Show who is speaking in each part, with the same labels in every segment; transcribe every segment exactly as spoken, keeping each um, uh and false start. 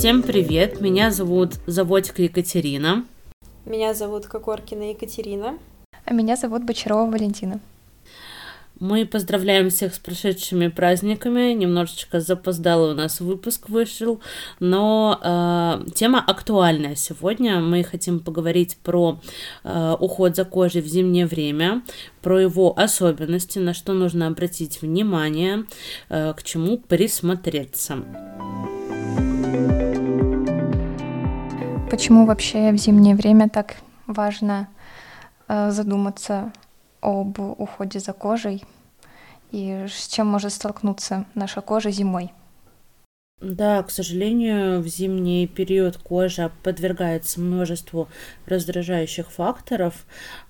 Speaker 1: Всем привет, меня зовут Заводько Екатерина.
Speaker 2: Меня зовут Кокоркина Екатерина.
Speaker 3: А меня зовут Бочарова Валентина.
Speaker 1: Мы поздравляем всех с прошедшими праздниками. Немножечко запоздало у нас выпуск вышел, но э, тема актуальная сегодня. Мы хотим поговорить про э, уход за кожей в зимнее время, про его особенности, на что нужно обратить внимание, э, к чему присмотреться.
Speaker 3: Почему вообще в зимнее время так важно э, задуматься об уходе за кожей и с чем может столкнуться наша кожа зимой?
Speaker 1: Да, к сожалению, в зимний период кожа подвергается множеству раздражающих факторов,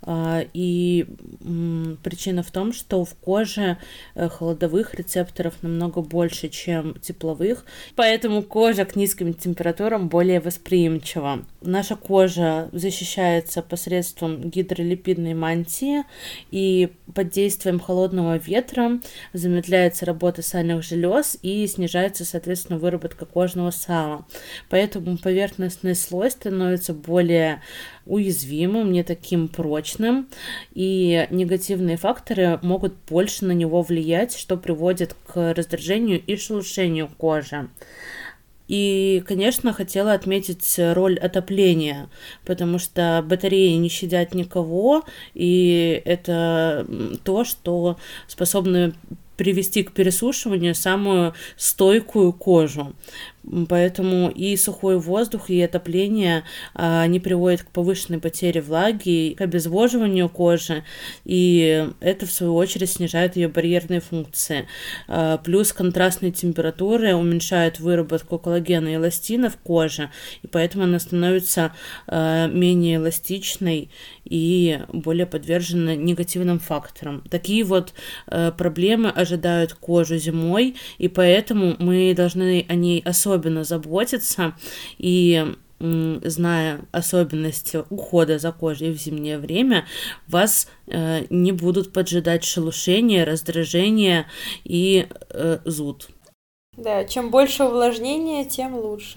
Speaker 1: и причина в том, что в коже холодовых рецепторов намного больше, чем тепловых, поэтому кожа к низким температурам более восприимчива. Наша кожа защищается посредством гидролипидной мантии, и под действием холодного ветра замедляется работа сальных желез и снижается, соответственно, выработка кожного сала. Поэтому поверхностный слой становится более уязвимым, не таким прочным, и негативные факторы могут больше на него влиять, что приводит к раздражению и шелушению кожи. И, конечно, хотела отметить роль отопления, потому что батареи не щадят никого, и это то, что способно привести к пересушиванию самую стойкую кожу. Поэтому и сухой воздух, и отопление, они приводят к повышенной потере влаги, к обезвоживанию кожи, и это, в свою очередь, снижает ее барьерные функции. Плюс контрастные температуры уменьшают выработку коллагена и эластина в коже, и поэтому она становится менее эластичной и более подвержена негативным факторам. Такие вот проблемы ожидают кожу зимой, и поэтому мы должны о ней особенно особенно заботиться, и зная особенности ухода за кожей в зимнее время, вас э, не будут поджидать шелушение, раздражение и э, зуд.
Speaker 2: Да, чем больше увлажнения, тем лучше.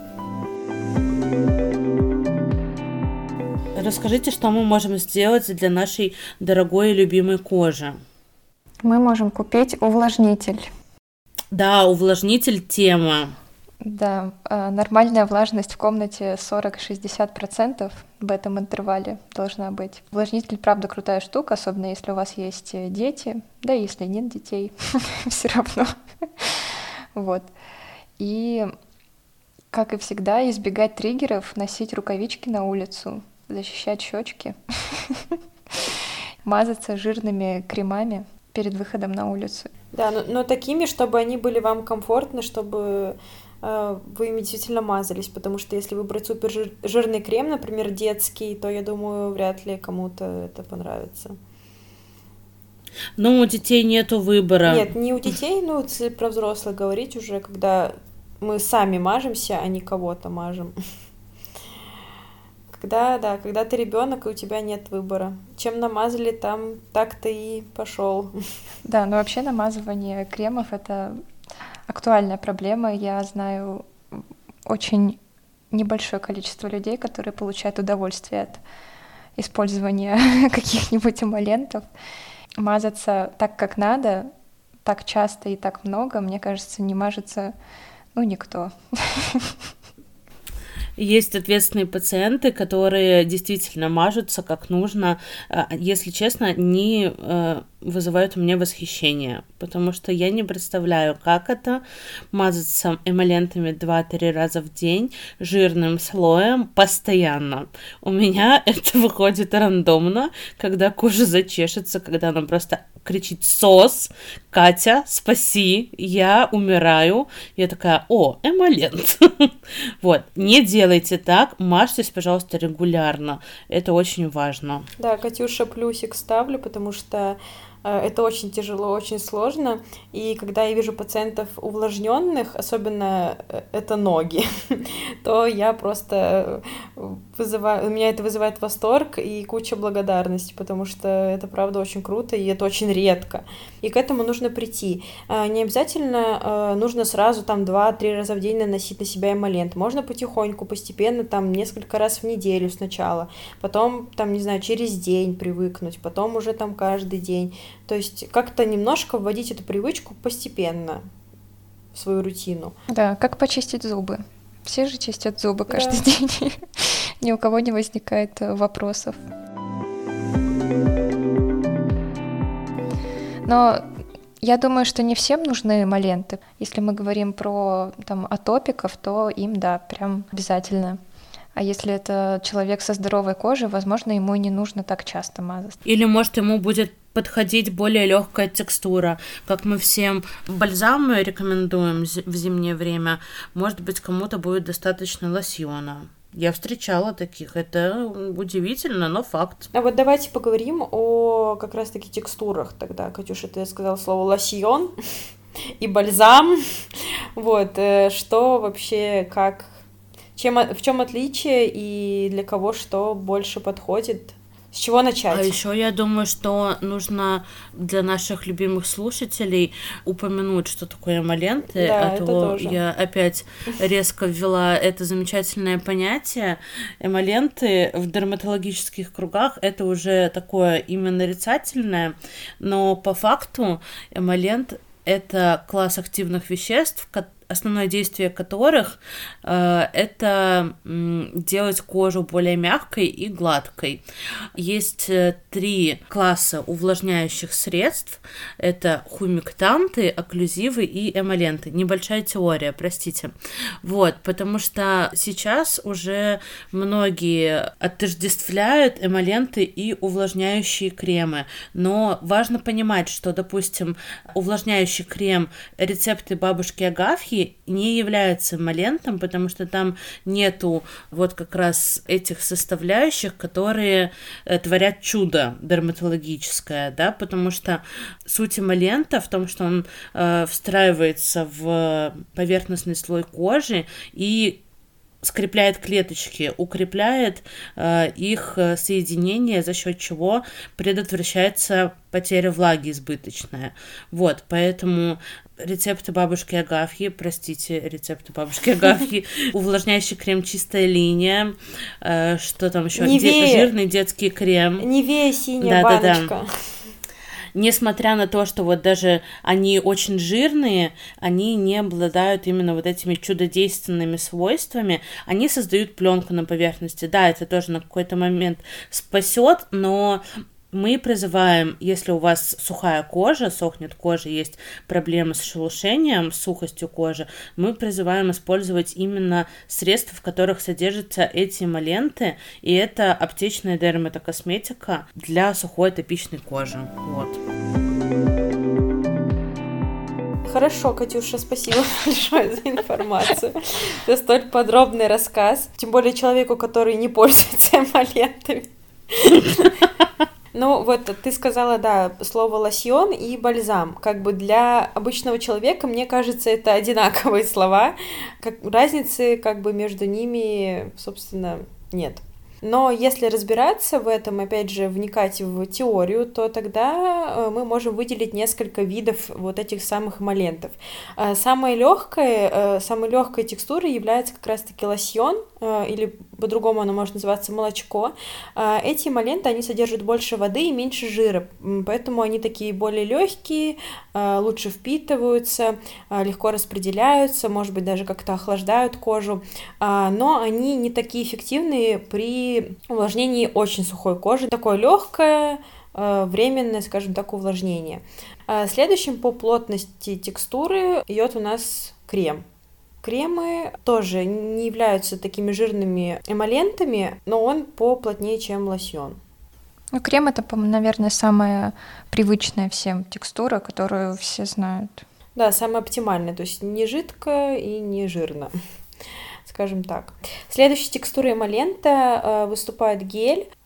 Speaker 1: Расскажите, что мы можем сделать для нашей дорогой и любимой кожи.
Speaker 3: Мы можем купить увлажнитель.
Speaker 1: Да, увлажнитель тема.
Speaker 3: Да, нормальная влажность в комнате сорок-шестьдесят процентов в этом интервале должна быть. Увлажнитель, правда, крутая штука, особенно если у вас есть дети, да и если нет детей, все равно. Вот. И, как и всегда, избегать триггеров, носить рукавички на улицу, защищать щечки, мазаться жирными кремами перед выходом на улицу.
Speaker 2: Да, но, но такими, чтобы они были вам комфортны, чтобы вы ими действительно мазались, потому что если выбрать супер жирный крем, например, детский, то, я думаю, вряд ли кому-то это понравится.
Speaker 1: Но у детей нету выбора.
Speaker 2: Нет, не у детей, ну, если про взрослых говорить уже, когда мы сами мажемся, а не кого-то мажем. Когда, да, когда ты ребенок, и у тебя нет выбора. Чем намазали, там так ты и пошел.
Speaker 3: Да, но вообще намазывание кремов — это актуальная проблема. Я знаю очень небольшое количество людей, которые получают удовольствие от использования каких-нибудь эмолентов. Мазаться так, как надо, так часто и так много, мне кажется, не мажется, ну, никто.
Speaker 1: Есть ответственные пациенты, которые действительно мажутся как нужно. Если честно, они вызывают у меня восхищение, потому что я не представляю, как это мазаться эмолентами два-три раза в день жирным слоем постоянно. У меня это выходит рандомно, когда кожа зачешется, когда она просто кричит «Сос! Катя, спаси! Я умираю!» Я такая «О, эмолент!» Вот, не делайте так, мажьтесь, пожалуйста, регулярно. Это очень важно.
Speaker 2: Да, Катюша, плюсик ставлю, потому что Это очень тяжело, очень сложно. И когда я вижу пациентов увлажненных, особенно это ноги, то я просто вызываю... У меня это вызывает восторг и куча благодарности, потому что это, правда, очень круто, и это очень редко. И к этому нужно прийти. Не обязательно нужно сразу там два-три раза в день наносить на себя эмолент. Можно потихоньку, постепенно, там несколько раз в неделю сначала, потом, там, не знаю, через день привыкнуть, потом уже там каждый день. То есть как-то немножко вводить эту привычку постепенно в свою рутину.
Speaker 3: Да, как почистить зубы. Все же чистят зубы каждый
Speaker 2: Да.
Speaker 3: день. Ни у кого не возникает вопросов. Но я думаю, что не всем нужны эмоленты. Если мы говорим про там, атопиков, то им, да, прям обязательно. А если это человек со здоровой кожей, возможно, ему и не нужно так часто мазать.
Speaker 1: Или, может, ему будет подходить более легкая текстура. Как мы всем бальзамы рекомендуем в зимнее время, может быть, кому-то будет достаточно лосьона. Я встречала таких. Это удивительно, но факт.
Speaker 2: А вот давайте поговорим о как раз-таки текстурах тогда. Катюша, ты сказала слово лосьон и бальзам. Вот, что вообще, как... Чем, в чем отличие и для кого что больше подходит? С чего начать?
Speaker 1: А еще я думаю, что нужно для наших любимых слушателей упомянуть, что такое эмоленты,
Speaker 2: да,
Speaker 1: а
Speaker 2: это
Speaker 1: то
Speaker 2: тоже.
Speaker 1: Я опять резко ввела это замечательное понятие. Эмоленты в дерматологических кругах это уже такое имя нарицательное, но по факту эмолент это класс активных веществ, основное действие которых э, это м, делать кожу более мягкой и гладкой. Есть э, три класса увлажняющих средств. Это хумектанты, окклюзивы и эмоленты. Небольшая теория, простите. Вот, потому что сейчас уже многие отождествляют эмоленты и увлажняющие кремы. Но важно понимать, что, допустим, увлажняющий крем рецепты бабушки Агафьи не является эмолентом, потому что там нету вот как раз этих составляющих, которые э, творят чудо дерматологическое, да, потому что суть эмолента в том, что он э, встраивается в поверхностный слой кожи и скрепляет клеточки, укрепляет э, их соединение, за счет чего предотвращается потеря влаги избыточная. Вот, поэтому рецепты бабушки Агафьи, простите, рецепты бабушки Агафьи, увлажняющий крем «Чистая линия», э, что там еще? Де- жирный детский крем.
Speaker 2: Нивея синяя баночка.
Speaker 1: Несмотря на то, что вот даже они очень жирные, они не обладают именно вот этими чудодейственными свойствами, они создают пленку на поверхности. Да, это тоже на какой-то момент спасет, но мы призываем, если у вас сухая кожа, сохнет кожа, есть проблемы с шелушением, с сухостью кожи, мы призываем использовать именно средства, в которых содержатся эти эмоленты, и это аптечная дерматокосметика для сухой атопичной кожи. Вот.
Speaker 2: Хорошо, Катюша, спасибо большое за информацию, за столь подробный рассказ, тем более человеку, который не пользуется эмолентами. Ну, вот ты сказала, да, слово лосьон и бальзам. Как бы для обычного человека, мне кажется, это одинаковые слова. Как, разницы как бы между ними, собственно, нет. Но если разбираться в этом, опять же, вникать в теорию, то тогда мы можем выделить несколько видов вот этих самых эмолентов. Самой легкой, самой легкой текстурой является как раз-таки лосьон, или по-другому оно может называться молочко. Эти эмоленты, они содержат больше воды и меньше жира, поэтому они такие более легкие, лучше впитываются, легко распределяются, может быть, даже как-то охлаждают кожу, но они не такие эффективные при увлажнении очень сухой кожи. Такое легкое, временное, скажем так, увлажнение. Следующим по плотности текстуры идет у нас крем. Кремы тоже не являются такими жирными эмолентами, но он поплотнее, чем лосьон.
Speaker 3: Ну, крем — это, наверное, самая привычная всем текстура, которую все знают.
Speaker 2: Да, самая оптимальная, то есть не жидко и не жирно, скажем так. Следующей текстурой эмолента выступает гель.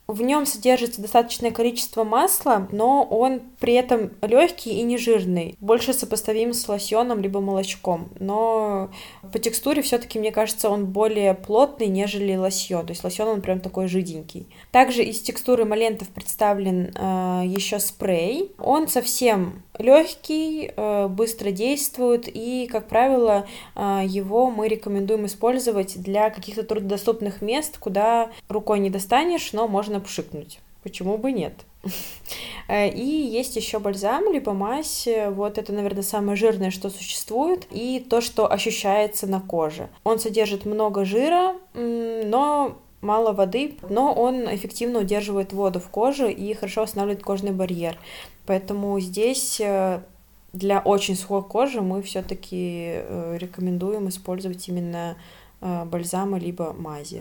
Speaker 2: В нем содержится достаточное количество масла, но он при этом легкий и не жирный. Больше сопоставим с лосьоном либо молочком. Но по текстуре все-таки, мне кажется, он более плотный, нежели лосьон. То есть лосьон он прям такой жиденький. Также из текстуры Молентов представлен э, еще спрей. Он совсем легкий, э, быстро действует, и, как правило, э, его мы рекомендуем использовать для каких-то труднодоступных мест, куда рукой не достанешь, но можно пшикнуть. Почему бы нет? И есть еще бальзам, либо мазь. Вот это, наверное, самое жирное, что существует, и то, что ощущается на коже. Он содержит много жира, но мало воды, но он эффективно удерживает воду в коже и хорошо восстанавливает кожный барьер. Поэтому здесь для очень сухой кожи мы все-таки рекомендуем использовать именно бальзамы либо мази.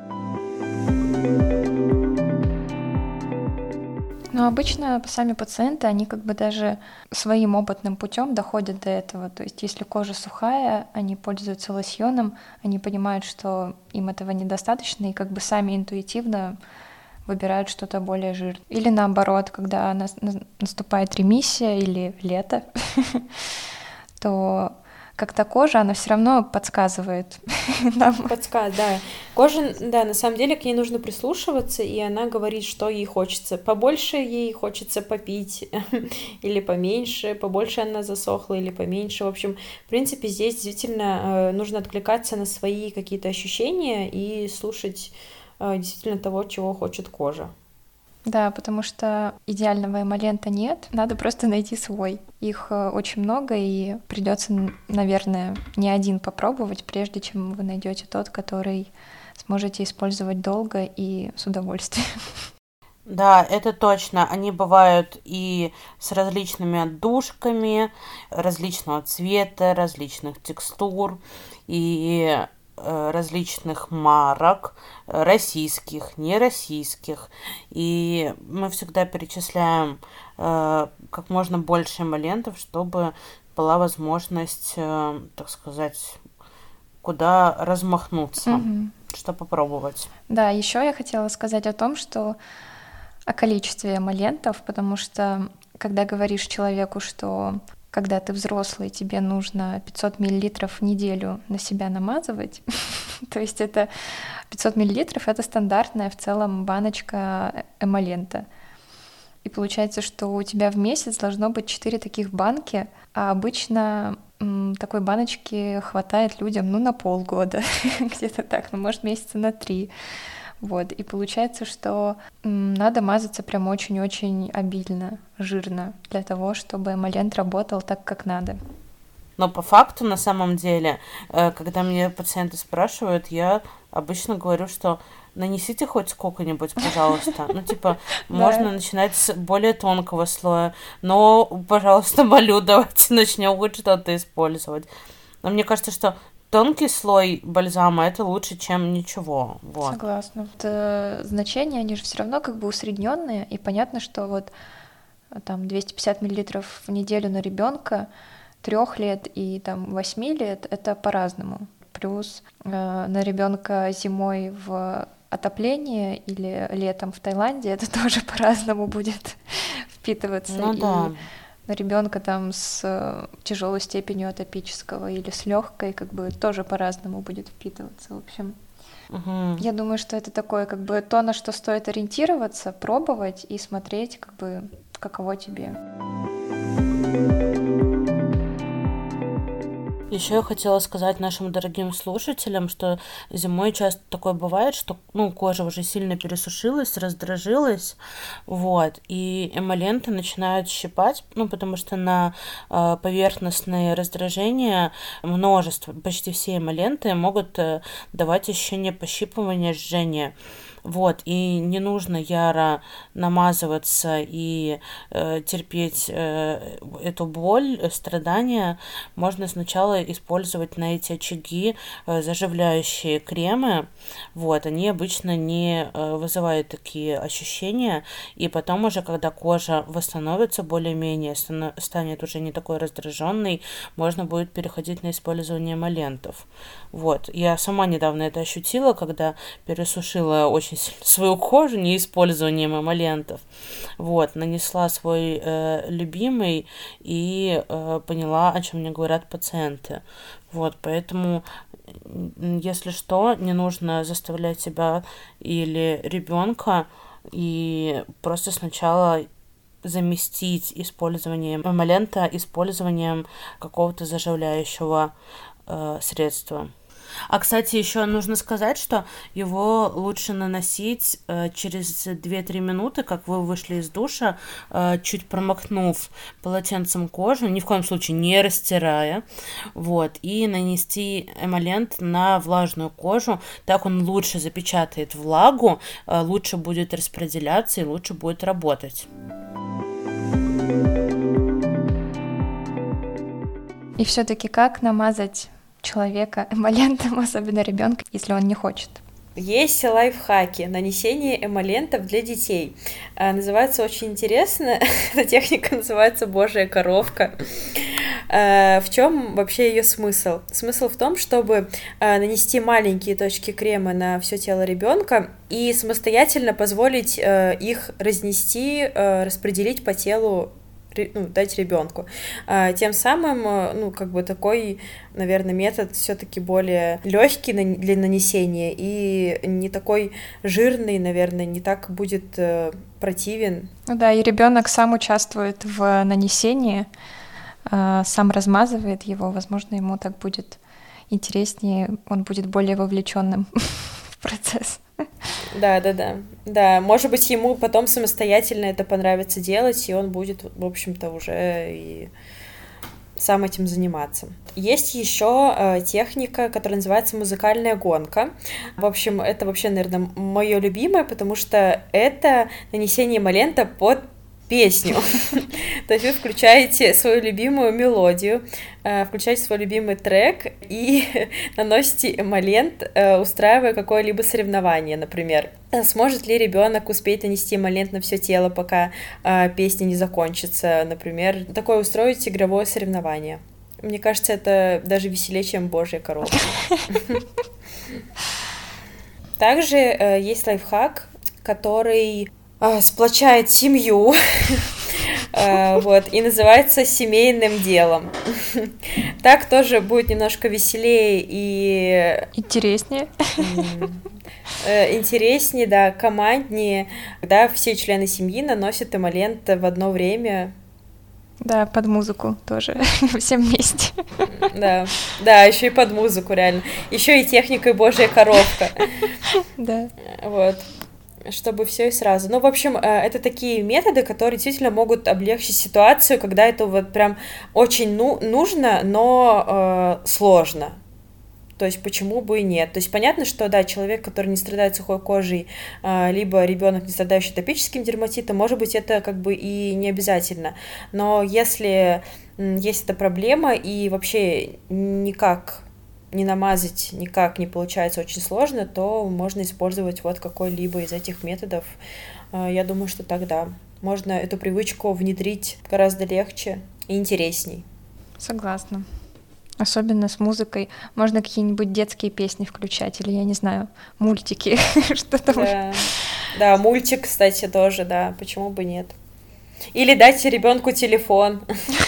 Speaker 3: Но обычно сами пациенты, они как бы даже своим опытным путем доходят до этого. То есть если кожа сухая, они пользуются лосьоном, они понимают, что им этого недостаточно, и как бы сами интуитивно выбирают что-то более жирное. Или наоборот, когда наступает ремиссия или лето, то как-то кожа, она все равно подсказывает нам.
Speaker 2: Подсказывает, да. Кожа, да, на самом деле к ней нужно прислушиваться, и она говорит, что ей хочется. Побольше ей хочется попить или поменьше, побольше она засохла или поменьше. В общем, в принципе, здесь действительно нужно откликаться на свои какие-то ощущения и слушать действительно того, чего хочет кожа.
Speaker 3: Да, потому что идеального эмолента нет, надо просто найти свой. Их очень много, и придется, наверное, не один попробовать, прежде чем вы найдете тот, который сможете использовать долго и с удовольствием.
Speaker 1: Да, это точно. Они бывают и с различными отдушками, различного цвета, различных текстур и различных марок, российских, нероссийских. И мы всегда перечисляем э, как можно больше эмолентов, чтобы была возможность, э, так сказать, куда размахнуться, mm-hmm. что попробовать.
Speaker 3: Да, еще я хотела сказать о том, что о количестве эмолентов, потому что когда говоришь человеку, что когда ты взрослый, тебе нужно пятьсот миллилитров в неделю на себя намазывать. То есть это пятьсот миллилитров — это стандартная в целом баночка эмолента. И получается, что у тебя в месяц должно быть четыре таких банки, а обычно м, такой баночки хватает людям ну, на полгода, где-то так, ну, может, месяца на три. Вот, и получается, что м, надо мазаться прям очень-очень обильно, жирно, для того, чтобы эмолент работал так, как надо.
Speaker 1: Но по факту, на самом деле, когда меня пациенты спрашивают, я обычно говорю, что нанесите хоть сколько-нибудь, пожалуйста. Ну, типа, можно начинать с более тонкого слоя, но, пожалуйста, молю, давайте начнем хоть что-то использовать. Но мне кажется, что тонкий слой бальзама — это лучше, чем ничего. Вот.
Speaker 3: Согласна. Это значения, они же все равно как бы усредненные, и понятно, что вот там двести пятьдесят миллилитров в неделю на ребенка трех лет и там восьми лет — это по-разному. Плюс э, на ребенка зимой в отоплении или летом в Таиланде это тоже по-разному будет впитываться.
Speaker 1: Ну,
Speaker 3: и
Speaker 1: да.
Speaker 3: на ребенка там с тяжелой степенью атопического или с легкой как бы тоже по-разному будет впитываться. В общем,
Speaker 1: угу.
Speaker 3: Я думаю, что это такое как бы то, на что стоит ориентироваться, пробовать и смотреть, как бы каково тебе.
Speaker 1: Еще я хотела сказать нашим дорогим слушателям, что зимой часто такое бывает, что ну, кожа уже сильно пересушилась, раздражилась, вот, и эмоленты начинают щипать, ну, потому что на э, поверхностные раздражения множество, почти все эмоленты могут э, давать ощущение пощипывания, жжения. Вот, и не нужно яро намазываться и э, терпеть э, эту боль, страдания. Можно сначала использовать на эти очаги э, заживляющие кремы. Вот, они обычно не э, вызывают такие ощущения. И потом уже, когда кожа восстановится более-менее, стан- станет уже не такой раздраженной, можно будет переходить на использование эмолентов. Вот, я сама недавно это ощутила, когда пересушила очень очень сильно свою кожу неиспользованием эмолентов. Вот, нанесла свой э, любимый и э, поняла, о чем мне говорят пациенты. Вот, поэтому, если что, не нужно заставлять себя или ребенка и просто сначала заместить использование эмолента использованием какого-то заживляющего э, средства. А, кстати, еще нужно сказать, что его лучше наносить э, через две-три минуты, как вы вышли из душа, э, чуть промокнув полотенцем кожу, ни в коем случае не растирая, вот, и нанести эмолент на влажную кожу, так он лучше запечатает влагу, э, лучше будет распределяться и лучше будет работать.
Speaker 3: И все-таки как намазать человека эмолентом, особенно ребенка, если он не хочет?
Speaker 2: Есть лайфхаки нанесения эмолентов для детей. А, называется очень интересно, эта техника называется «Божья коровка». А, в чем вообще ее смысл? Смысл в том, чтобы а, нанести маленькие точки крема на все тело ребенка и самостоятельно позволить а, их разнести, а, распределить по телу, ну, дать ребенку. А, тем самым, ну, как бы такой, наверное, метод все-таки более легкий для нанесения и не такой жирный, наверное, не так будет э, противен.
Speaker 3: Ну да, и ребенок сам участвует в нанесении, э, сам размазывает его, возможно, ему так будет интереснее, он будет более вовлеченным в процесс.
Speaker 2: Да, да, да. Да, может быть, ему потом самостоятельно это понравится делать, и он будет, в общем-то, уже и сам этим заниматься. Есть еще э, техника, которая называется музыкальная гонка. В общем, это вообще, наверное, мое любимое, потому что это нанесение эмолента под песню. То есть вы включаете свою любимую мелодию, включаете свой любимый трек и наносите эмолент, устраивая какое-либо соревнование, например. Сможет ли ребенок успеть нанести эмолент на все тело, пока песня не закончится, например. Такое устроить игровое соревнование. Мне кажется, это даже веселее, чем «Божья коровка». Также есть лайфхак, который сплочает семью, вот, и называется семейным делом. Так тоже будет немножко веселее и...
Speaker 3: Интереснее.
Speaker 2: Интереснее, да, команднее, когда все члены семьи наносят эмолент в одно время.
Speaker 3: Да, под музыку тоже, все вместе.
Speaker 2: Да, да, еще и под музыку, реально. Еще и техникой «Божья коровка».
Speaker 3: Да.
Speaker 2: Вот. Чтобы все и сразу. Ну, в общем, это такие методы, которые действительно могут облегчить ситуацию, когда это вот прям очень ну, нужно, но э, сложно. То есть почему бы и нет. То есть понятно, что да, человек, который не страдает сухой кожей, э, либо ребенок, не страдающий атопическим дерматитом, может быть, это как бы и не обязательно. Но если м, есть эта проблема и вообще никак не намазать никак не получается, очень сложно, то можно использовать вот какой-либо из этих методов. Я думаю, что тогда можно эту привычку внедрить гораздо легче и интересней.
Speaker 3: Согласна. Особенно с музыкой. Можно какие-нибудь детские песни включать, или, я не знаю, мультики, что-то.
Speaker 2: Да. Да, мультик, кстати, тоже, да, почему бы нет. Или дать ребенку телефон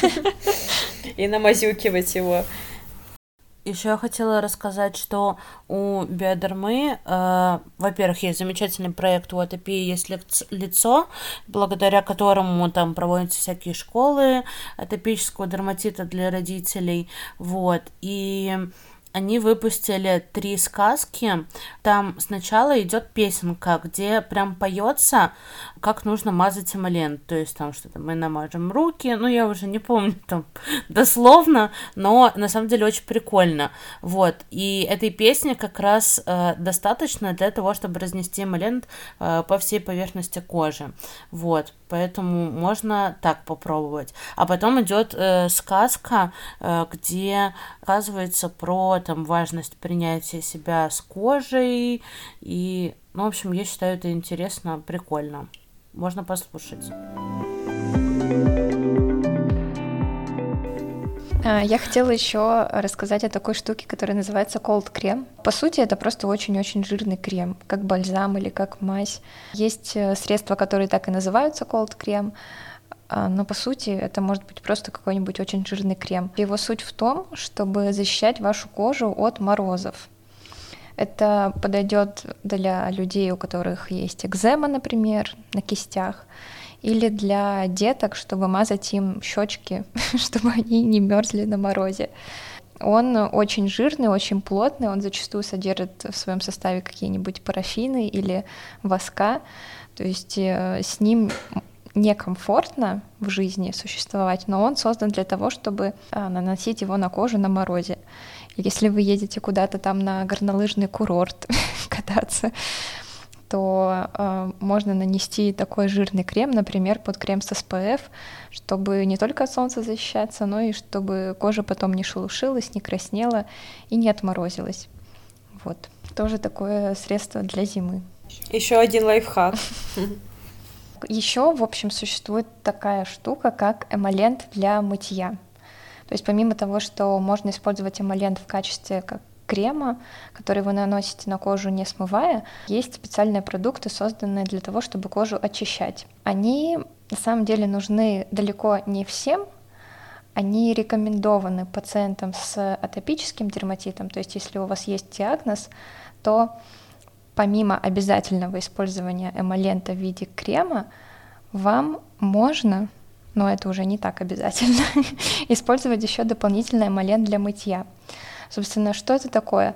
Speaker 2: и намазюкивать его.
Speaker 1: Еще я хотела рассказать, что у Биодермы, э, во-первых, есть замечательный проект «У атопии есть лицо», благодаря которому там проводятся всякие школы атопического дерматита для родителей, вот, и они выпустили три сказки. Там сначала идет песенка, где прям поется, как нужно мазать эмолент. То есть там что-то мы намажем руки. Ну, я уже не помню там дословно, но на самом деле очень прикольно. Вот. И этой песни как раз э, достаточно для того, чтобы разнести эмолент э, по всей поверхности кожи. Вот. Поэтому можно так попробовать. А потом идет э, сказка, э, где рассказывается про там важность принятия себя с кожей. И, ну, в общем, я считаю, это интересно, прикольно. Можно послушать.
Speaker 3: Я хотела еще рассказать о такой штуке, которая называется cold крем. По сути, это просто очень-очень жирный крем, как бальзам или как мазь. Есть средства, которые так и называются cold крем, но по сути это может быть просто какой-нибудь очень жирный крем. Его суть в том, чтобы защищать вашу кожу от морозов. Это подойдет для людей, у которых есть экзема, например, на кистях, или для деток, чтобы мазать им щечки, чтобы они не мерзли на морозе. Он очень жирный, очень плотный, он зачастую содержит в своем составе какие-нибудь парафины или воска, то есть с ним некомфортно в жизни существовать, но он создан для того, чтобы наносить его на кожу на морозе. Если вы едете куда-то там на горнолыжный курорт кататься, то э, можно нанести такой жирный крем, например, под крем с эс пэ эф, чтобы не только от солнца защищаться, но и чтобы кожа потом не шелушилась, не краснела и не отморозилась. Вот. Тоже такое средство для зимы.
Speaker 2: Еще один лайфхак.
Speaker 3: Еще, в общем, существует такая штука, как эмолент для мытья. То есть помимо того, что можно использовать эмолент в качестве как крема, который вы наносите на кожу, не смывая, есть специальные продукты, созданные для того, чтобы кожу очищать. Они на самом деле нужны далеко не всем, они рекомендованы пациентам с атопическим дерматитом, то есть если у вас есть диагноз, то помимо обязательного использования эмолента в виде крема, вам можно, но это уже не так обязательно, использовать еще дополнительный эмолент для мытья. Собственно, что это такое?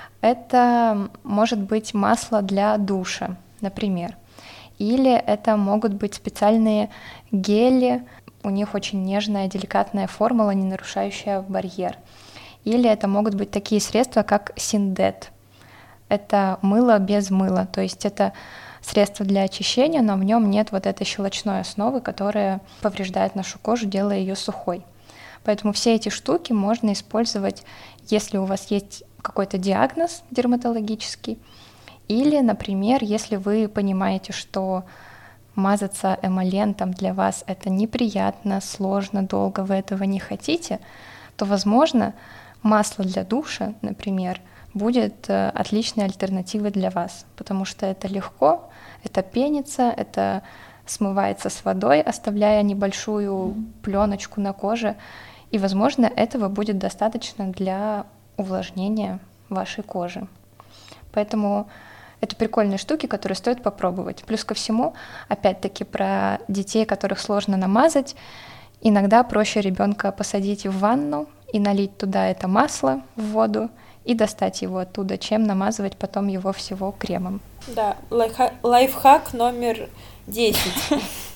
Speaker 3: Это может быть масло для душа, например. Или это могут быть специальные гели, у них очень нежная, деликатная формула, не нарушающая барьер. Или это могут быть такие средства, как Синдет. Это мыло без мыла, то есть это средство для очищения, но в нем нет вот этой щелочной основы, которая повреждает нашу кожу, делая ее сухой. Поэтому все эти штуки можно использовать, если у вас есть какой-то диагноз дерматологический, или, например, если вы понимаете, что мазаться эмолентом для вас это неприятно, сложно, долго, вы этого не хотите, то, возможно, масло для душа, например, будет отличной альтернативой для вас, потому что это легко, это пенится, это смывается с водой, оставляя небольшую пленочку на коже, и, возможно, этого будет достаточно для увлажнения вашей кожи. Поэтому это прикольные штуки, которые стоит попробовать. Плюс ко всему, опять-таки, про детей, которых сложно намазать, иногда проще ребенка посадить в ванну и налить туда это масло в воду и достать его оттуда, чем намазывать потом его всего кремом.
Speaker 2: Да, лайфхак, лайфхак номер десять.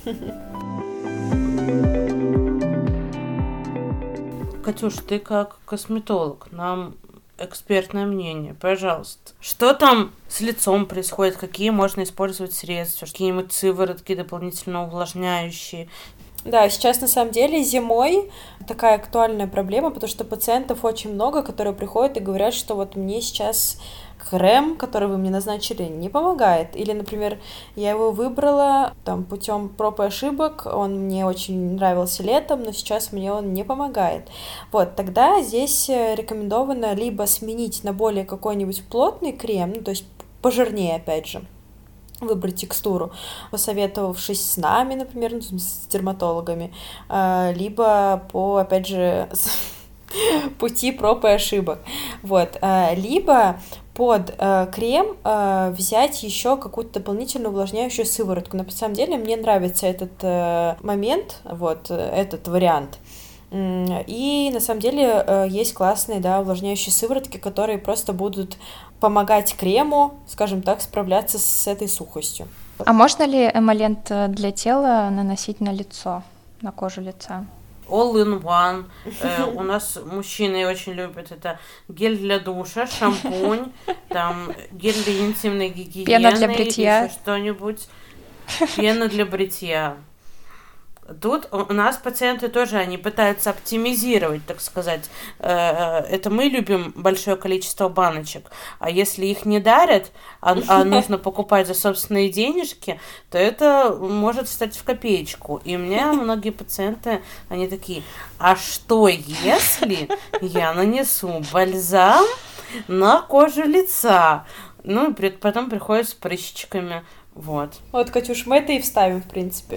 Speaker 1: Катюш, ты как косметолог, нам экспертное мнение, пожалуйста. Что там с лицом происходит? Какие можно использовать средства? Какие-нибудь сыворотки дополнительно увлажняющие?
Speaker 2: Да, сейчас на самом деле зимой такая актуальная проблема, потому что пациентов очень много, которые приходят и говорят, что вот мне сейчас крем, который вы мне назначили, не помогает. Или, например, я его выбрала там путем проб и ошибок, он мне очень нравился летом, но сейчас мне он не помогает. Вот, тогда здесь рекомендовано либо сменить на более какой-нибудь плотный крем, ну, то есть пожирнее, опять же, выбрать текстуру, посоветовавшись с нами, например, с дерматологами, либо по, опять же, пути проб и ошибок. Вот. Либо под э, крем э, взять еще какую-то дополнительную увлажняющую сыворотку. На самом деле мне нравится этот э, момент, вот, этот вариант. И на самом деле э, есть классные, да, увлажняющие сыворотки, которые просто будут помогать крему, скажем так, справляться с этой сухостью.
Speaker 3: А можно ли эмолент для тела наносить на лицо, на кожу лица?
Speaker 1: All in one. Э, у нас мужчины очень любят это гель для душа, шампунь, там гель для интимной гигиены,
Speaker 3: пена для бритья,
Speaker 1: еще что-нибудь, пена для бритья. Тут у нас пациенты тоже, они пытаются оптимизировать, так сказать. Это мы любим большое количество баночек, а если их не дарят, а, а нужно покупать за собственные денежки, то это может встать в копеечку. И у меня многие пациенты, они такие, а что если я нанесу бальзам на кожу лица? Ну, и потом приходят с прыщичками. Вот.
Speaker 2: Вот, Катюш, мы это и вставим, в принципе.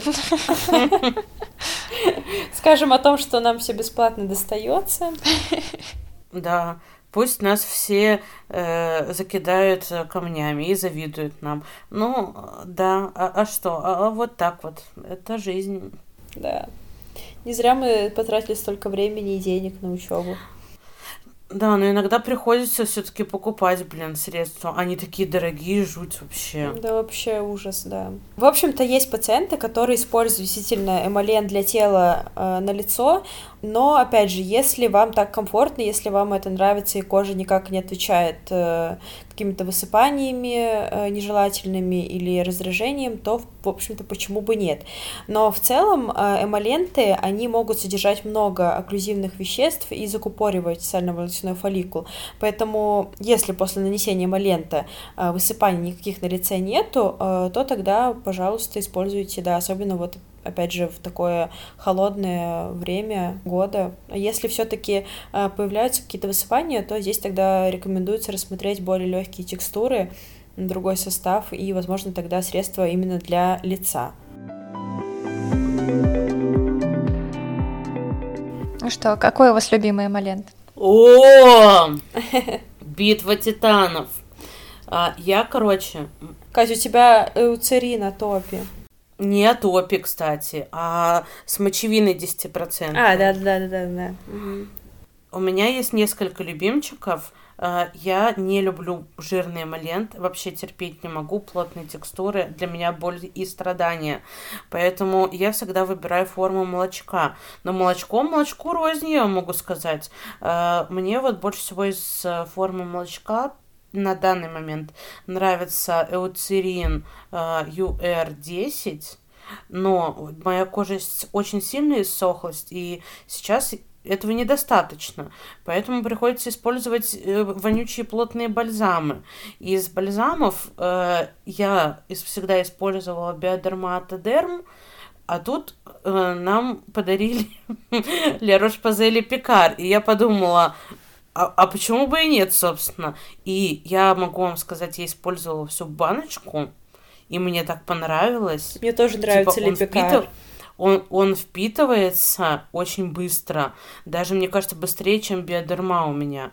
Speaker 2: Скажем о том, что нам все бесплатно достается.
Speaker 1: Да, пусть нас все э, закидают камнями и завидуют нам. Ну, да, а, а что? А, а вот так вот. Это жизнь.
Speaker 2: Да. Не зря мы потратили столько времени и денег на учебу.
Speaker 1: Да, но иногда приходится все-таки покупать, блин, средства. Они такие дорогие, жуть вообще.
Speaker 2: Да, вообще ужас, да. В общем-то, есть пациенты, которые используют действительно эмолент для тела э, на лицо, но, опять же, если вам так комфортно, если вам это нравится и кожа никак не отвечает э, какими-то высыпаниями э, нежелательными или раздражением, то, в общем-то, почему бы нет. Но в целом э, эмоленты, они могут содержать много окклюзивных веществ и закупоривать сально-волосяной фолликул. Поэтому, если после нанесения эмолента э, высыпаний никаких на лице нету, э, то тогда, пожалуйста, используйте, да, особенно вот опять же, в такое холодное время года. Если все-таки появляются какие-то высыпания, то здесь тогда рекомендуется рассмотреть более легкие текстуры, другой состав и, возможно, тогда средства именно для лица.
Speaker 3: Ну что, какой у вас любимый эмолент?
Speaker 1: О, битва титанов. Я, короче...
Speaker 2: Катя, у тебя эуцерин на топе.
Speaker 1: Не атопи, кстати, а с мочевиной десять процентов.
Speaker 2: А, да-да-да-да. Угу.
Speaker 1: У меня есть несколько любимчиков. Я не люблю жирный эмолент, вообще терпеть не могу плотные текстуры. Для меня боль и страдания. Поэтому я всегда выбираю форму молочка. Но молочко, молочку рознь, я могу сказать. Мне вот больше всего из формы молочка на данный момент нравится эуцерин ю эр десять, но моя кожа очень сильно иссохлась, и сейчас этого недостаточно, поэтому приходится использовать вонючие плотные бальзамы. Из бальзамов э, я всегда использовала Биодерма-Атодерм, а тут э, нам подарили Ля Рош-Посay Пикар, и я подумала, А, а почему бы и нет, собственно? И я могу вам сказать, я использовала всю баночку, и мне так понравилось.
Speaker 2: Мне тоже нравится
Speaker 1: типа,
Speaker 2: Ля Пикар.
Speaker 1: Он, он, он впитывается очень быстро. Даже, мне кажется, быстрее, чем Биодерма у меня.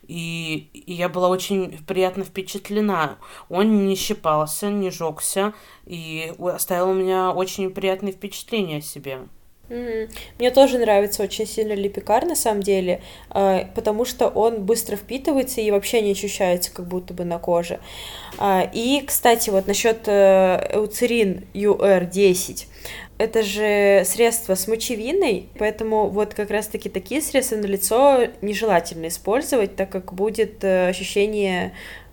Speaker 1: И, и я была очень приятно впечатлена. Он не щипался, не жёгся, и оставил у меня очень приятные впечатления о себе.
Speaker 2: Mm-hmm. Мне тоже нравится очень сильно Ля Пикар, на самом деле, э, потому что он быстро впитывается и вообще не ощущается как будто бы на коже. Э, и, кстати, вот насчет э, эуцерин ю эр десять, это же средство с мочевиной, поэтому вот как раз-таки такие средства на лицо нежелательно использовать, так как будет э, ощущение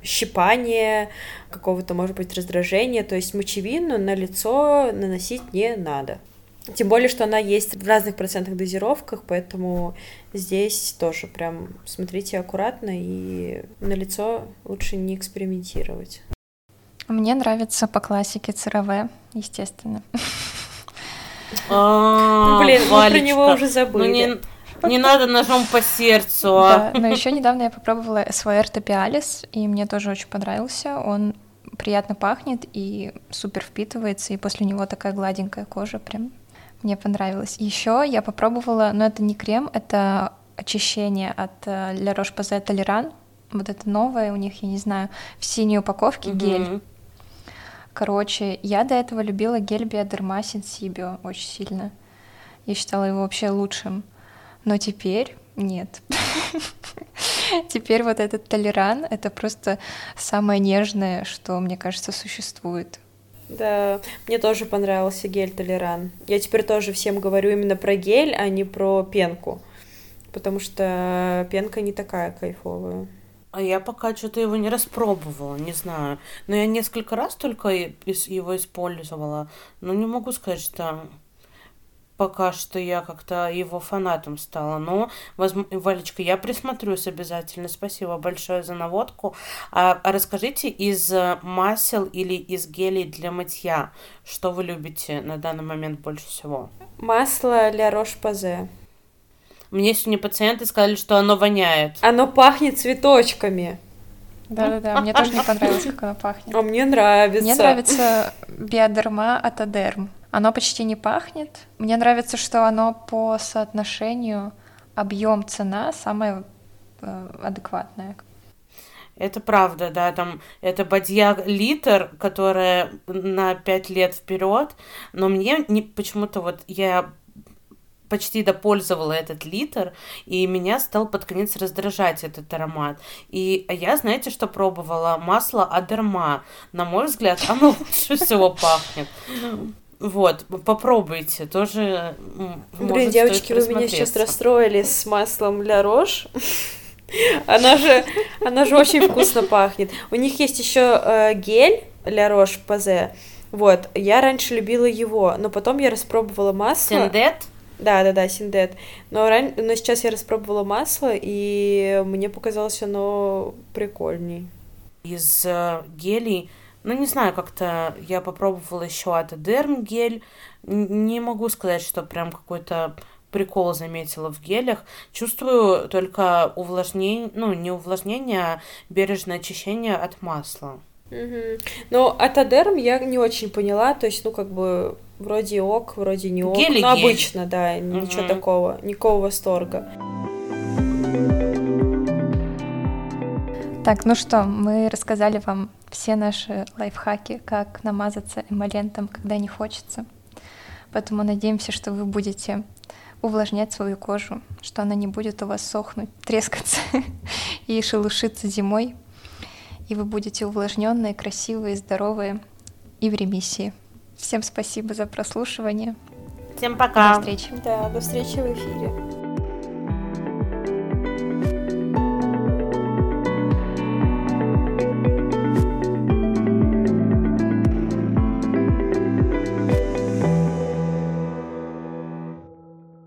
Speaker 2: щипания, какого-то, может быть, раздражения, то есть мочевину на лицо наносить не надо. Тем более, что она есть в разных процентных дозировках, поэтому здесь тоже прям смотрите аккуратно и на лицо лучше не экспериментировать.
Speaker 3: Мне нравится по классике ЦРВ, естественно.
Speaker 2: Блин, мы про него уже забыли.
Speaker 1: Не надо ножом по сердцу.
Speaker 3: Да, но еще недавно я попробовала эс вэ эр Топиалис, и мне тоже очень понравился. Он приятно пахнет и супер впитывается, и после него такая гладенькая кожа прям. Мне понравилось. Еще я попробовала, но это не крем, это очищение от Ля Рош-Посay Толеран. Вот это новое у них, я не знаю, в синей упаковке mm-hmm. гель. Короче, я до этого любила гель Биодерма Сенсибио очень сильно. Я считала его вообще лучшим. Но теперь нет. Теперь вот этот Толеран — это просто самое нежное, что, мне кажется, существует.
Speaker 2: Да, мне тоже понравился гель Толеран. Я теперь тоже всем говорю именно про гель, а не про пенку, потому что пенка не такая кайфовая.
Speaker 1: А я пока что-то его не распробовала, не знаю. Но я несколько раз только его использовала, но не могу сказать, что пока что я как-то его фанатом стала. Но, возможно, Валечка, я присмотрюсь обязательно. Спасибо большое за наводку. А, а расскажите, из масел или из гелей для мытья, что вы любите на данный момент больше всего?
Speaker 2: Масло Ля Рош-Посay.
Speaker 1: Мне сегодня пациенты сказали, что оно воняет.
Speaker 2: Оно пахнет цветочками.
Speaker 3: Да-да-да, мне тоже не понравилось, как оно пахнет.
Speaker 2: А мне нравится.
Speaker 3: Мне нравится Биодерма от Адерм. Оно почти не пахнет. Мне нравится, что оно по соотношению объем-цена самое э, адекватное.
Speaker 1: Это правда, да, там это бадья литр, которая на пять лет вперед, но мне не, почему-то вот я почти допользовала этот литр, и меня стал под конец раздражать этот аромат. И я, знаете, что пробовала? Масло Адерма. На мой взгляд, оно лучше всего пахнет. Вот, попробуйте, тоже.
Speaker 2: Блин, девочки, вы меня сейчас расстроили с маслом Ля Рош. Она же, она же очень вкусно пахнет. У них есть еще э, гель Ля Рош-Посay. Вот, я раньше любила его, но потом я распробовала масло.
Speaker 1: Синдет?
Speaker 2: Да, да, да, Синдет. Но, ран... но сейчас я распробовала масло, и мне показалось оно прикольней.
Speaker 1: Из э, гелей, ну не знаю, как-то я попробовала еще от Эдерм гель. Не могу сказать, что прям какой-то прикол заметила в гелях. Чувствую только увлажнение, ну не увлажнение, а бережное очищение от масла.
Speaker 2: Угу. Но от Адерм я не очень поняла, то есть, ну, как бы, вроде ок, вроде не ок,
Speaker 1: гель
Speaker 2: ну, обычно, да,
Speaker 1: угу.
Speaker 2: Ничего такого, никакого восторга.
Speaker 3: Так, ну что, мы рассказали вам все наши лайфхаки, как намазаться эмолентом, когда не хочется, поэтому надеемся, что вы будете увлажнять свою кожу, что она не будет у вас сохнуть, трескаться и шелушиться зимой. И вы будете увлажненные, красивые, здоровые и в ремиссии. Всем спасибо за прослушивание.
Speaker 1: Всем пока.
Speaker 3: До встречи.
Speaker 2: Да, до встречи в эфире.